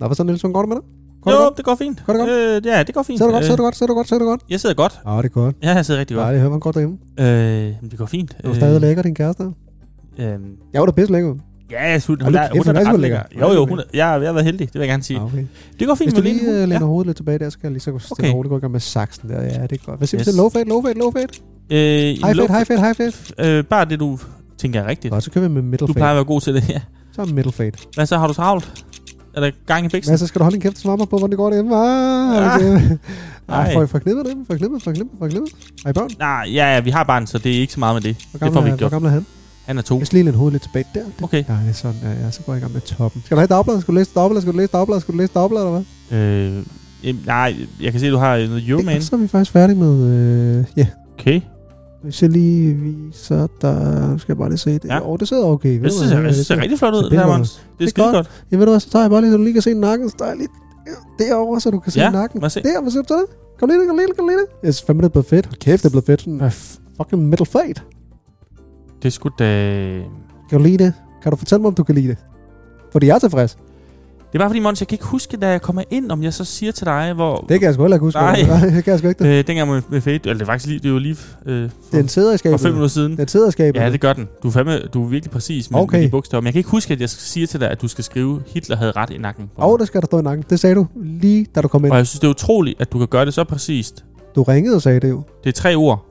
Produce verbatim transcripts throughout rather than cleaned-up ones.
Nå, hvad så, Nielsen? Går det med dig? Går jo, det, godt? det går fint. Går det godt? Øh, ja, det går fint. Sidder du godt? Sidder du godt? Sidder du godt? Sidder du godt? Jeg sidder godt. Ja, det er godt. Ja, jeg sidder rigtig godt. Nej, det hører man godt derhjemme. Øh, det går fint. Er du stadig lækker, din kæreste? Øh, jeg var da pisse lækker. Ja, jeg synes, hun, hun, er, hun, hun er, er ret lækker. Jo, jo, hun er, jeg, jeg har været heldig, det vil jeg gerne sige. Ah, okay. Det går fint med Hvis du lige uh, læner ja. hovedet lidt tilbage der, så kan jeg lige så stille okay. roligt gå i gang med saksen der. Ja, det er godt. Hvad siger du yes. til? Low fade, low fade, low fade? Øh, high fade, high fade, high fade? Øh, bare det, du tænker er rigtigt. Godt, så kører vi med middle du fade. Du plejer at være god til det, ja. Så er middle fade. Hvad så, har du travlt? Er der gang i bæksten? Hvad så, skal du holde din kæft og svare mig på, hvordan det går derhjemme? Ah, okay. Nej. Får I forknippet dem? Forknippet, forknippet, forknippet? Har I børn? Nej, ja, ja, vi har barn, så det er ikke så meget med det. Hvor det får vi ikke gjort. Hvor gammel er han? Han er to. Jeg skal lige læne hovedet lidt tilbage der. Okay. Ja, det er sådan. Ja, ja, så går jeg i gang med toppen. Skal du have dagbladet? Skal du læse dagbladet? Skal du læse dagbladet? Skal du læse dagbladet, eller hvad? Øh, øh, nej, jeg kan se, at du har noget Euroman. Så er vi faktisk færdige med... Øh, ja. Okay. Hvis jeg lige viser dig... Nu skal jeg bare lige se det. Ja. Åh, det sidder okay. Jeg synes, det ser rigtig flot ud, det her, Måns. Det er skide godt. godt. Jeg ved du hvad, så tager jeg bare lige, så du lige kan se nakken. Så tager jeg lige derovre, så du kan se ja, nakken. Se. Der, hvad siger du til det? Kom lige, kom lige, kom lige. Jeg synes fandme, det er blevet fedt. Hold kæft, det er blevet fedt. Sådan fucking metal fade. Det er sgu da... Kan du lide det? Kan du fortælle mig, om du kan lide det? Fordi jeg er tilfreds. Det er bare fordi, Måns, jeg kan ikke huske, da jeg kommer ind, om jeg så siger til dig, hvor... Det kan jeg sgu heller ikke huske. Nej, Nej det kan jeg sgu ikke. Øh, dengang med, med Fade, eller det er faktisk lige, det er jo lige... Øh, for, den sidder i skabet. For fem minutter siden. Den sidder i skabet. Ja, det gør den. Du er, fandme, du er virkelig præcis med, okay. med de bogstaver. Men jeg kan ikke huske, at jeg siger til dig, at du skal skrive, Hitler havde ret i nakken. Åh, oh, det skal der stå i nakken. Det sagde du lige, da du kom ind. Og jeg synes, det er utroligt, at du kan gøre det så præcist. Du ringede og sagde det jo. Det er tre ord.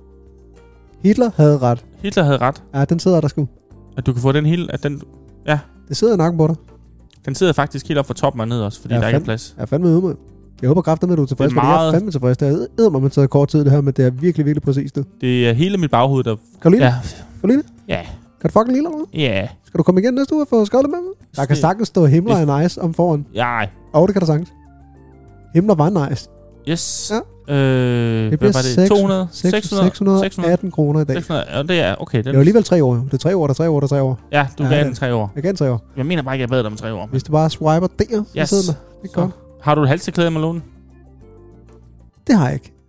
Hitler havde ret. Hitler havde ret. Ja, den sidder der sgu. At du kan få den hele... At den, ja. Det sidder i nakken på dig. Den sidder faktisk helt op fra toppen og ned også, fordi der ikke er plads. Jeg er fandme ude med. Jeg håber kraftigt, at du er tilfreds, meget... fordi jeg er fandme tilfreds. Det er æder mig, man tager kort tid det her, men det er virkelig, virkelig præcist det. Det er hele mit baghoved, der... Kan du lide ja. det? Kan du lide det? Ja. Kan du fucking lide det? Ja. Skal du komme igen næste uge og få skålet med mig? Der kan sagtens stå Himmler det... og Nice om foran. Ja. Åh, oh, det kan der sagtens. Himmler var nice. Yes. Ja. Øh, det bliver hvad var det? to hundrede? seks hundrede og atten kroner i dag. seks hundrede, ja, det er okay. Den... Det er jo alligevel tre år. Det er tre år, der er tre år, der er tre år. Ja, du ja, gav den tre år. Jeg gav den tre år. Jeg mener bare ikke, jeg bad dig om tre år. Hvis du bare swiper der, yes. så sidder der. Det er godt. Har du et halseklæde, Malone? Det har jeg ikke.